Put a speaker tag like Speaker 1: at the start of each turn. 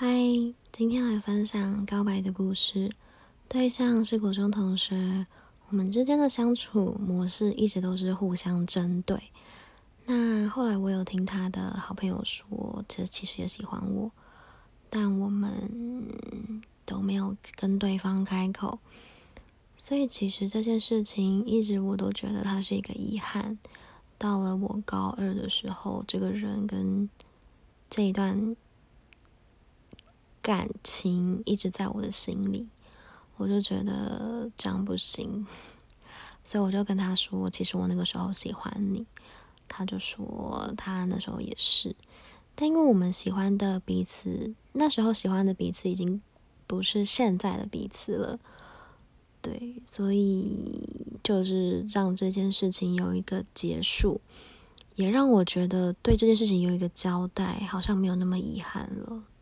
Speaker 1: 嗨，今天来分享告白的故事，对象是国中同学，我们之间的相处模式一直都是互相针对。那后来我有听他的好朋友说，这其实也喜欢我，但我们都没有跟对方开口，所以其实这件事情一直我都觉得它是一个遗憾。到了我高二的时候，这个人跟这一段感情一直在我的心里，我就觉得这样不行，所以我就跟他说，其实我那个时候喜欢你。他就说他那时候也是，但因为我们喜欢的彼此，那时候喜欢的彼此已经不是现在的彼此了，对，所以就是让这件事情有一个结束，也让我觉得对这件事情有一个交代，好像没有那么遗憾了。